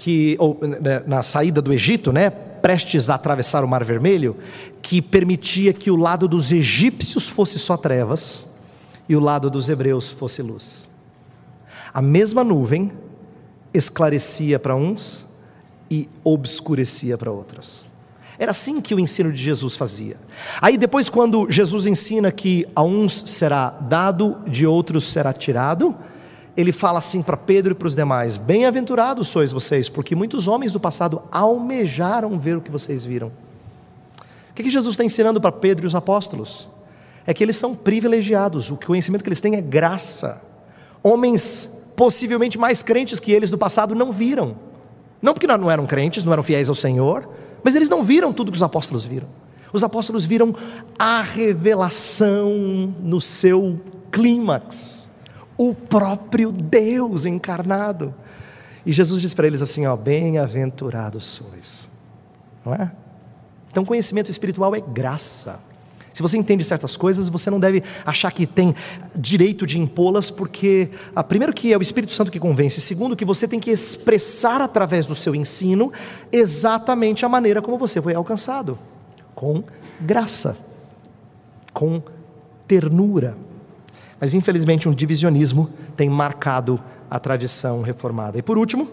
na saída do Egito, né, prestes a atravessar o Mar Vermelho, que permitia que o lado dos egípcios fosse só trevas e o lado dos hebreus fosse luz. A mesma nuvem esclarecia para uns e obscurecia para outros. Era assim que o ensino de Jesus fazia. Aí depois, quando Jesus ensina que a uns será dado, de outros será tirado, ele fala assim para Pedro e para os demais: bem-aventurados sois vocês, porque muitos homens do passado almejaram ver o que vocês viram. O que Jesus está ensinando para Pedro e os apóstolos? É que eles são privilegiados, o conhecimento que eles têm é graça. Homens possivelmente mais crentes que eles do passado não viram. Não porque não eram crentes, não eram fiéis ao Senhor, mas eles não viram tudo que os apóstolos viram. Os apóstolos viram a revelação no seu clímax, o próprio Deus encarnado. E Jesus diz para eles assim, bem-aventurados sois, não é? Então conhecimento espiritual é graça. Se você entende certas coisas, você não deve achar que tem direito de impô-las, porque primeiro que é o Espírito Santo que convence, segundo que você tem que expressar através do seu ensino exatamente a maneira como você foi alcançado, com graça, com ternura. Mas infelizmente um divisionismo tem marcado a tradição reformada. E por último,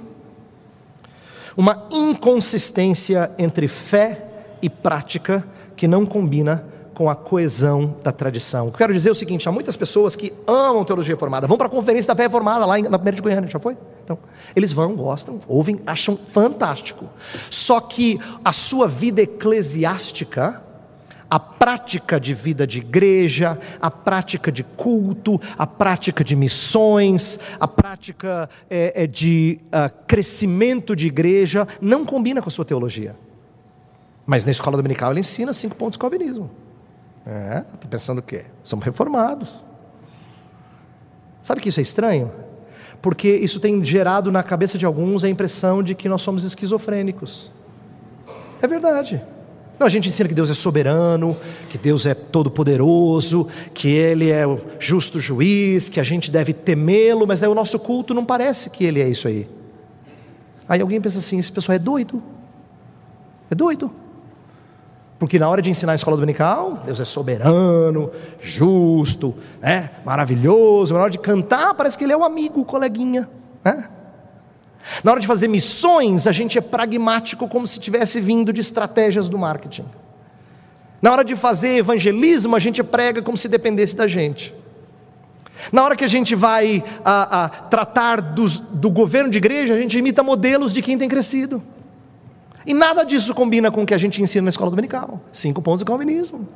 uma inconsistência entre fé e prática que não combina com a coesão da tradição. Eu quero dizer o seguinte: há muitas pessoas que amam teologia reformada, vão para a conferência da fé reformada lá na 1ª de Goiânia, já foi? Então, eles vão, gostam, ouvem, acham fantástico. Só que a sua vida eclesiástica, a prática de vida de igreja, a prática de culto, a prática de missões, a prática de crescimento de igreja, não combina com a sua teologia. Mas na escola dominical ele ensina 5 pontos do calvinismo. Está pensando o quê? Somos reformados. Sabe que isso é estranho? Porque isso tem gerado na cabeça de alguns a impressão de que nós somos esquizofrênicos. É verdade. Não, a gente ensina que Deus é soberano, que Deus é todo-poderoso, que Ele é o justo juiz, que a gente deve temê-lo, mas aí o nosso culto não parece que Ele é isso aí. Aí alguém pensa assim: esse pessoal é doido. É doido. Porque na hora de ensinar a escola dominical, Deus é soberano, justo, né, maravilhoso. Na hora de cantar, parece que Ele é o amigo, o coleguinha, né? Na hora de fazer missões, a gente é pragmático, como se tivesse vindo de estratégias do marketing. Na hora de fazer evangelismo, a gente prega como se dependesse da gente. Na hora que a gente vai tratar do governo de igreja, a gente imita modelos de quem tem crescido. E nada disso combina com o que a gente ensina na escola dominical. 5 pontos do calvinismo.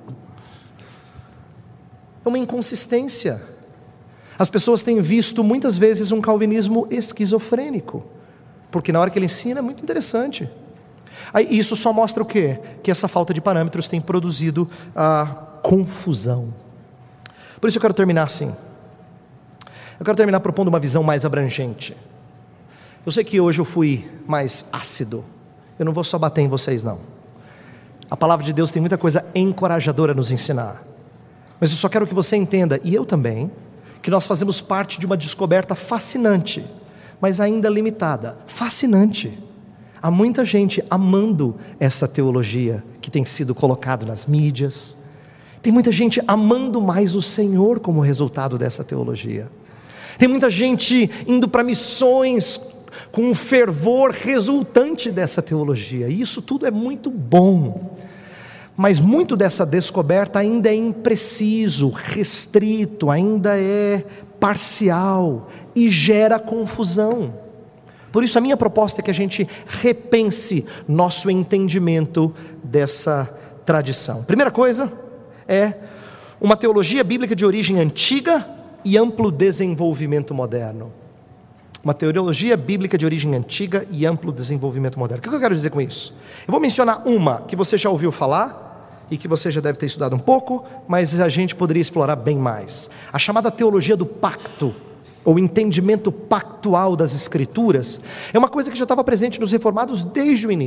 É uma inconsistência. As pessoas têm visto muitas vezes um calvinismo esquizofrênico, porque na hora que ele ensina é muito interessante. Aí, isso só mostra o quê? Que essa falta de parâmetros tem produzido a confusão. Por isso eu quero terminar assim. Eu quero terminar propondo uma visão mais abrangente. Eu sei que hoje eu fui mais ácido. Eu não vou só bater em vocês, não. A palavra de Deus tem muita coisa encorajadora a nos ensinar. Mas eu só quero que você entenda, e eu também, que nós fazemos parte de uma descoberta fascinante, mas ainda limitada. Fascinante. Há muita gente amando essa teologia que tem sido colocada nas mídias. Tem muita gente amando mais o Senhor como resultado dessa teologia. Tem muita gente indo para missões com um fervor resultante dessa teologia, e isso tudo é muito bom, mas muito dessa descoberta ainda é impreciso, restrito, ainda é parcial e gera confusão. Por isso a minha proposta é que a gente repense nosso entendimento dessa tradição. Primeira coisa é uma teologia bíblica de origem antiga e amplo desenvolvimento moderno. Uma teologia bíblica de origem antiga e amplo desenvolvimento moderno. O que eu quero dizer com isso? Eu vou mencionar uma que você já ouviu falar e que você já deve ter estudado um pouco, mas a gente poderia explorar bem mais. A chamada teologia do pacto, ou entendimento pactual das Escrituras, é uma coisa que já estava presente nos reformados desde o início.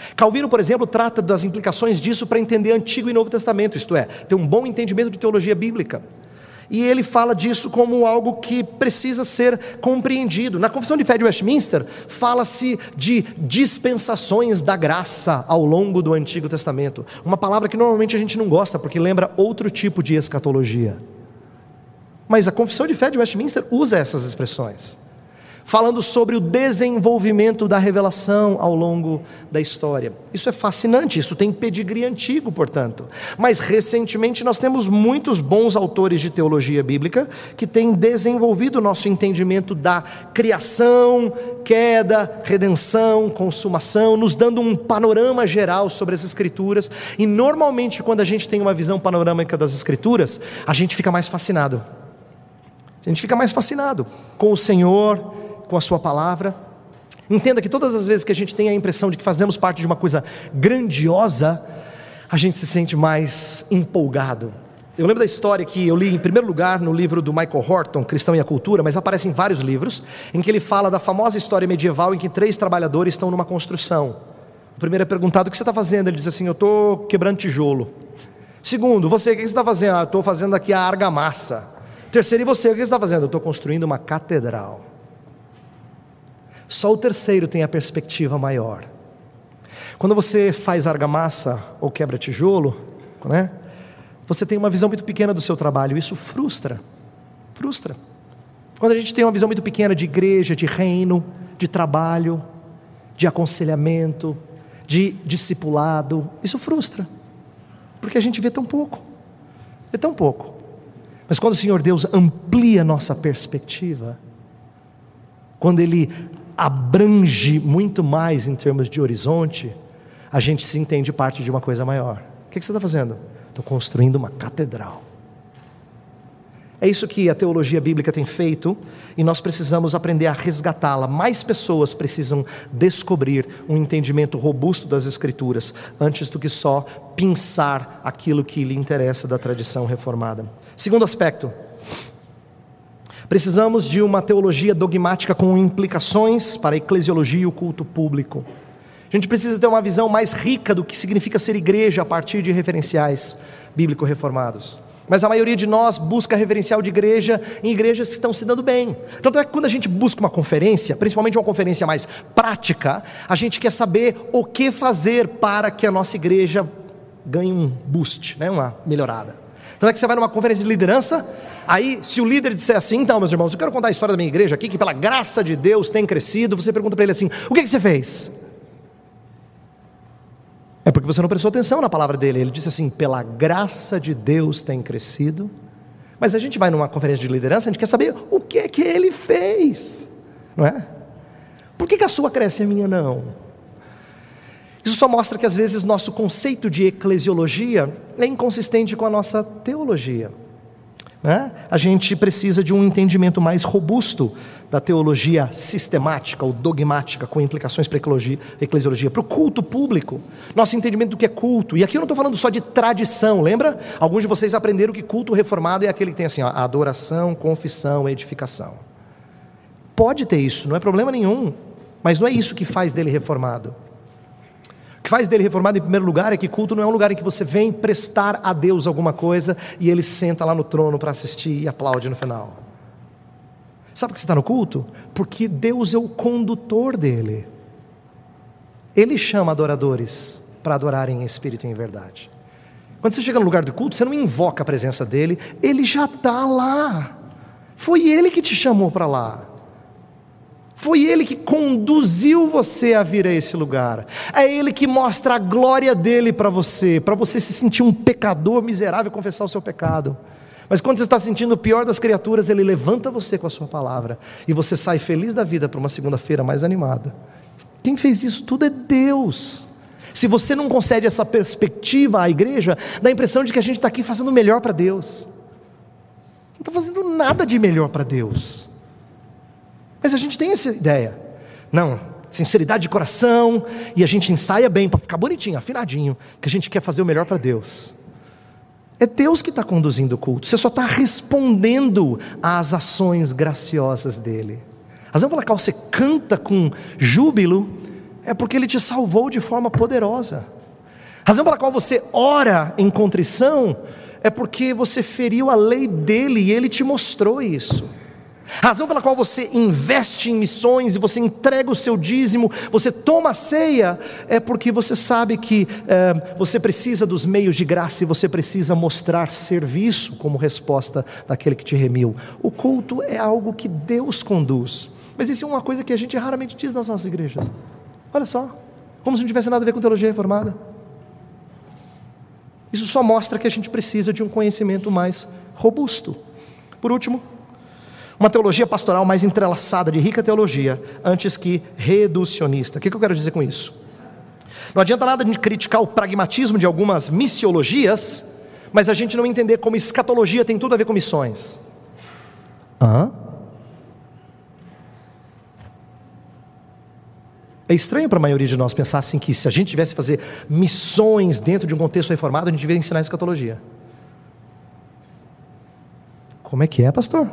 Calvino, por exemplo, trata das implicações disso para entender Antigo e Novo Testamento, isto é, ter um bom entendimento de teologia bíblica. E ele fala disso como algo que precisa ser compreendido. Na Confissão de Fé de Westminster, fala-se de dispensações da graça ao longo do Antigo Testamento. Uma palavra que normalmente a gente não gosta, porque lembra outro tipo de escatologia. Mas a Confissão de Fé de Westminster usa essas expressões, falando sobre o desenvolvimento da revelação ao longo da história. Isso é fascinante, isso tem pedigree antigo, portanto. Mas recentemente nós temos muitos bons autores de teologia bíblica que têm desenvolvido o nosso entendimento da criação, queda, redenção, consumação, nos dando um panorama geral sobre as Escrituras. E normalmente quando a gente tem uma visão panorâmica das Escrituras, a gente fica mais fascinado. A gente fica mais fascinado com o Senhor, com a sua palavra. Entenda que todas as vezes que a gente tem a impressão de que fazemos parte de uma coisa grandiosa, a gente se sente mais empolgado. Eu lembro da história que eu li em primeiro lugar no livro do Michael Horton, Cristão e a Cultura, mas aparece em vários livros, em que ele fala da famosa história medieval em que 3 trabalhadores estão numa construção. O primeiro é perguntado: o que você está fazendo? Ele diz assim: eu estou quebrando tijolo. Segundo: você, o que você está fazendo? Eu estou fazendo aqui a argamassa. Terceiro: e você, o que você está fazendo? Eu estou construindo uma catedral. Só o terceiro tem a perspectiva maior. Quando você faz argamassa ou quebra tijolo, né, você tem uma visão muito pequena do seu trabalho. Isso frustra. Quando a gente tem uma visão muito pequena de igreja, de reino, de trabalho, de aconselhamento, de discipulado, isso frustra, porque a gente vê tão pouco. Mas quando o Senhor Deus amplia nossa perspectiva, quando Ele abrange muito mais em termos de horizonte, a gente se entende parte de uma coisa maior. O que você está fazendo? Estou construindo uma catedral. É isso que a teologia bíblica tem feito, e nós precisamos aprender a resgatá-la. Mais pessoas precisam descobrir um entendimento robusto das Escrituras, antes do que só pensar aquilo que lhe interessa da tradição reformada. Segundo aspecto: precisamos de uma teologia dogmática com implicações para a eclesiologia e o culto público. A gente precisa ter uma visão mais rica do que significa ser igreja a partir de referenciais bíblico-reformados. Mas a maioria de nós busca referencial de igreja em igrejas que estão se dando bem. Tanto é que quando a gente busca uma conferência, principalmente uma conferência mais prática, a gente quer saber o que fazer para que a nossa igreja ganhe um boost, né? Uma melhorada. Então é que você vai numa conferência de liderança, aí se o líder disser assim: então meus irmãos, eu quero contar a história da minha igreja aqui, que pela graça de Deus tem crescido. Você pergunta para ele assim: o que você fez? É porque você não prestou atenção na palavra dele. Ele disse assim: pela graça de Deus tem crescido. Mas a gente vai numa conferência de liderança, a gente quer saber o que é que ele fez, não é? Por que a sua cresce e a minha não? Isso só mostra que às vezes nosso conceito de eclesiologia é inconsistente com a nossa teologia, né? A gente precisa de um entendimento mais robusto da teologia sistemática ou dogmática, com implicações para a eclesiologia, para o culto público, nosso entendimento do que é culto. E aqui eu não estou falando só de tradição, lembra? Alguns de vocês aprenderam que culto reformado é aquele que tem assim, ó, adoração, confissão, edificação. Pode ter isso, não é problema nenhum, mas não é isso que faz dele reformado. O que faz dele reformado, em primeiro lugar, é que culto não é um lugar em que você vem prestar a Deus alguma coisa e ele senta lá no trono para assistir e aplaude no final. Sabe por que você está no culto? Porque Deus é o condutor dele. Ele chama adoradores para adorarem em espírito e em verdade. Quando você chega no lugar do culto, você não invoca a presença dele, ele já está lá. Foi ele que te chamou para lá. Foi ele que conduziu você a vir a esse lugar. É ele que mostra a glória dele para você se sentir um pecador miserável e confessar o seu pecado. Mas quando você está sentindo o pior das criaturas, ele levanta você com a sua palavra, e você sai feliz da vida para uma segunda-feira mais animada. Quem fez isso tudo é Deus. Se você não concede essa perspectiva à igreja, dá a impressão de que a gente está aqui fazendo o melhor para Deus. Não está fazendo nada de melhor para Deus. Mas a gente tem essa ideia. Não, sinceridade de coração, e a gente ensaia bem para ficar bonitinho, afinadinho, que a gente quer fazer o melhor para Deus. É Deus que está conduzindo o culto. Você só está respondendo às ações graciosas dele. Às vezes, você canta com júbilo, é porque Ele te salvou de forma poderosa. A razão pela qual você ora em contrição é porque você feriu a lei dEle e Ele te mostrou isso. A razão pela qual você investe em missões e você entrega o seu dízimo, você toma a ceia, é porque você sabe que você precisa dos meios de graça e você precisa mostrar serviço como resposta daquele que te remiu. O culto é algo que Deus conduz, mas isso é uma coisa que a gente raramente diz nas nossas igrejas. Olha só, como se não tivesse nada a ver com teologia reformada. Isso só mostra que a gente precisa de um conhecimento mais robusto. Por último, uma teologia pastoral mais entrelaçada de rica teologia, antes que reducionista. O que eu quero dizer com isso? Não adianta nada de criticar o pragmatismo de algumas missiologias, mas a gente não entender como escatologia tem tudo a ver com missões. É estranho para a maioria de nós pensar assim, que se a gente tivesse que fazer missões dentro de um contexto reformado, a gente deveria ensinar escatologia. Como é que é, pastor?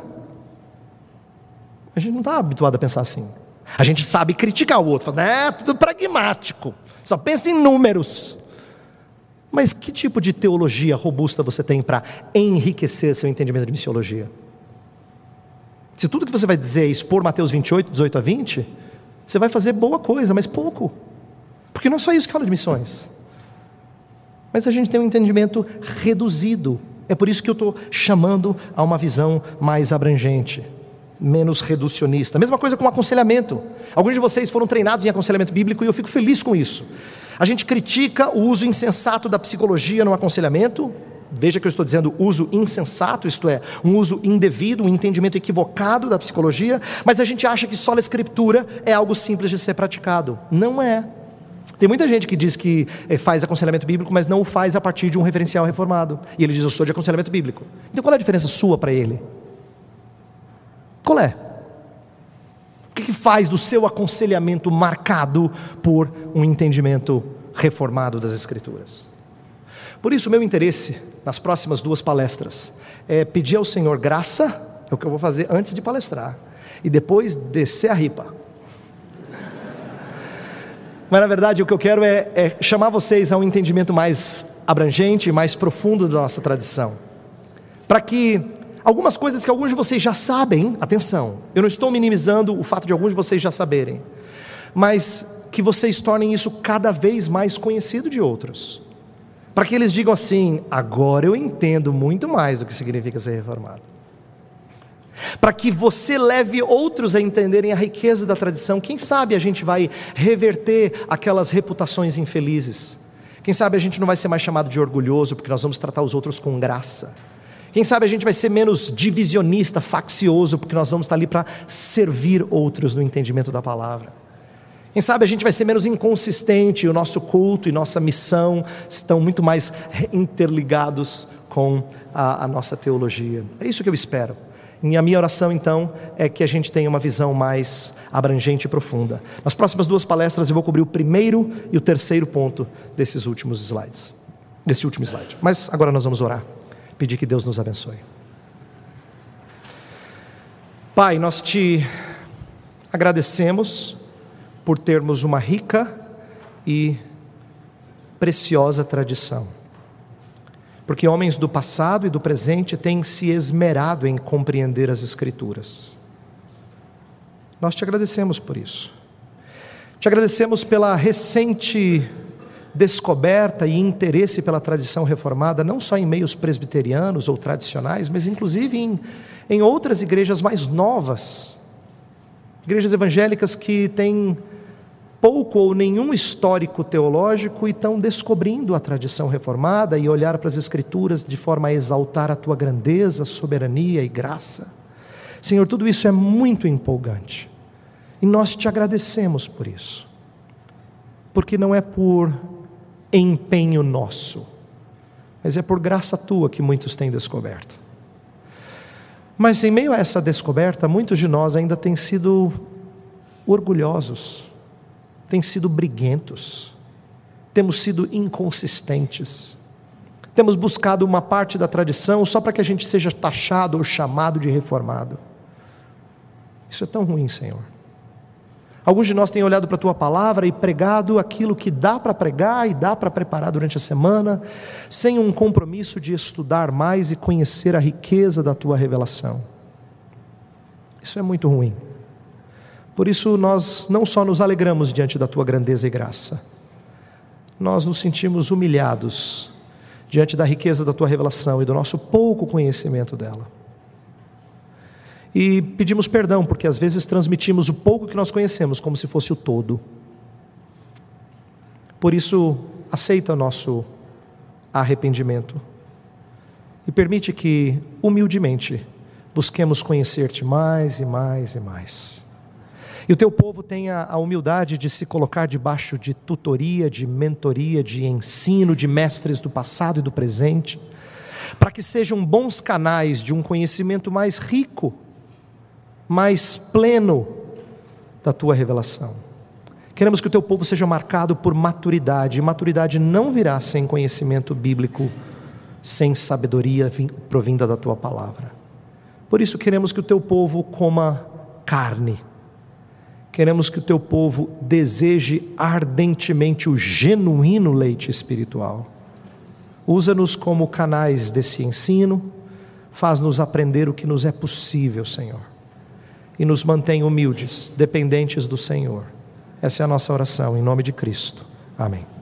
A gente não está habituado a pensar assim. A gente sabe criticar o outro, fala, tudo pragmático, só pensa em números. Mas que tipo de teologia robusta você tem para enriquecer seu entendimento de missiologia? Se tudo que você vai dizer é expor Mateus 28, 18 a 20, você vai fazer boa coisa, mas pouco. Porque não é só isso que fala de missões. Mas a gente tem um entendimento reduzido. É por isso que eu estou chamando a uma visão mais abrangente, menos reducionista. Mesma coisa com aconselhamento. Alguns de vocês foram treinados em aconselhamento bíblico e eu fico feliz com isso. A gente critica o uso insensato da psicologia no aconselhamento. Veja que eu estou dizendo uso insensato, isto é, um uso indevido, um entendimento equivocado da psicologia, mas a gente acha que só a escritura é algo simples de ser praticado. Não é. Tem muita gente que diz que faz aconselhamento bíblico, mas não o faz a partir de um referencial reformado. E ele diz, eu sou de aconselhamento bíblico. Então qual é a diferença sua para ele? Qual é? O que faz do seu aconselhamento marcado por um entendimento reformado das Escrituras? Por isso, o meu interesse nas próximas 2 palestras é pedir ao Senhor graça, é o que eu vou fazer antes de palestrar, e depois descer a ripa. Mas na verdade o que eu quero é chamar vocês a um entendimento mais abrangente, mais profundo da nossa tradição, para que algumas coisas que alguns de vocês já sabem, atenção, eu não estou minimizando o fato de alguns de vocês já saberem, mas que vocês tornem isso cada vez mais conhecido de outros, para que eles digam assim, agora eu entendo muito mais do que significa ser reformado, para que você leve outros a entenderem a riqueza da tradição. Quem sabe a gente vai reverter aquelas reputações infelizes, quem sabe a gente não vai ser mais chamado de orgulhoso, porque nós vamos tratar os outros com graça. Quem sabe a gente vai ser menos divisionista, faccioso, porque nós vamos estar ali para servir outros no entendimento da palavra. Quem sabe a gente vai ser menos inconsistente, e o nosso culto e nossa missão estão muito mais interligados com a nossa teologia. É isso que eu espero. E a minha oração então é que a gente tenha uma visão mais abrangente e profunda. Nas próximas 2 palestras eu vou cobrir o primeiro e o terceiro ponto desses últimos slides, desse último slide. Mas agora nós vamos orar. Pedir que Deus nos abençoe. Pai, nós te agradecemos por termos uma rica e preciosa tradição, porque homens do passado e do presente têm se esmerado em compreender as Escrituras. Nós te agradecemos por isso. Te agradecemos pela recente descoberta e interesse pela tradição reformada, não só em meios presbiterianos ou tradicionais, mas inclusive em outras igrejas mais novas, igrejas evangélicas que têm pouco ou nenhum histórico teológico e estão descobrindo a tradição reformada e olhar para as Escrituras de forma a exaltar a tua grandeza, soberania e graça. Senhor, tudo isso é muito empolgante e nós te agradecemos por isso, porque não é por empenho nosso, mas é por graça tua que muitos têm descoberto. Mas em meio a essa descoberta, muitos de nós ainda têm sido orgulhosos, têm sido briguentos, temos sido inconsistentes, temos buscado uma parte da tradição só para que a gente seja taxado ou chamado de reformado. Isso é tão ruim, Senhor. Alguns de nós têm olhado para a Tua Palavra e pregado aquilo que dá para pregar e dá para preparar durante a semana, sem um compromisso de estudar mais e conhecer a riqueza da Tua revelação. Isso é muito ruim. Por isso nós não só nos alegramos diante da Tua grandeza e graça, nós nos sentimos humilhados diante da riqueza da Tua revelação e do nosso pouco conhecimento dela. E pedimos perdão, porque às vezes transmitimos o pouco que nós conhecemos como se fosse o todo. Por isso, aceita o nosso arrependimento e permite que, humildemente, busquemos conhecer-te mais e mais e mais. E o Teu povo tenha a humildade de se colocar debaixo de tutoria, de mentoria, de ensino, de mestres do passado e do presente, para que sejam bons canais de um conhecimento mais rico, mais pleno da Tua revelação. Queremos que o Teu povo seja marcado por maturidade, e maturidade não virá sem conhecimento bíblico, sem sabedoria provinda da Tua palavra. Por isso queremos que o Teu povo coma carne, queremos que o Teu povo deseje ardentemente o genuíno leite espiritual. Usa-nos como canais desse ensino, faz-nos aprender o que nos é possível, Senhor, e nos mantém humildes, dependentes do Senhor. Essa é a nossa oração, em nome de Cristo. Amém.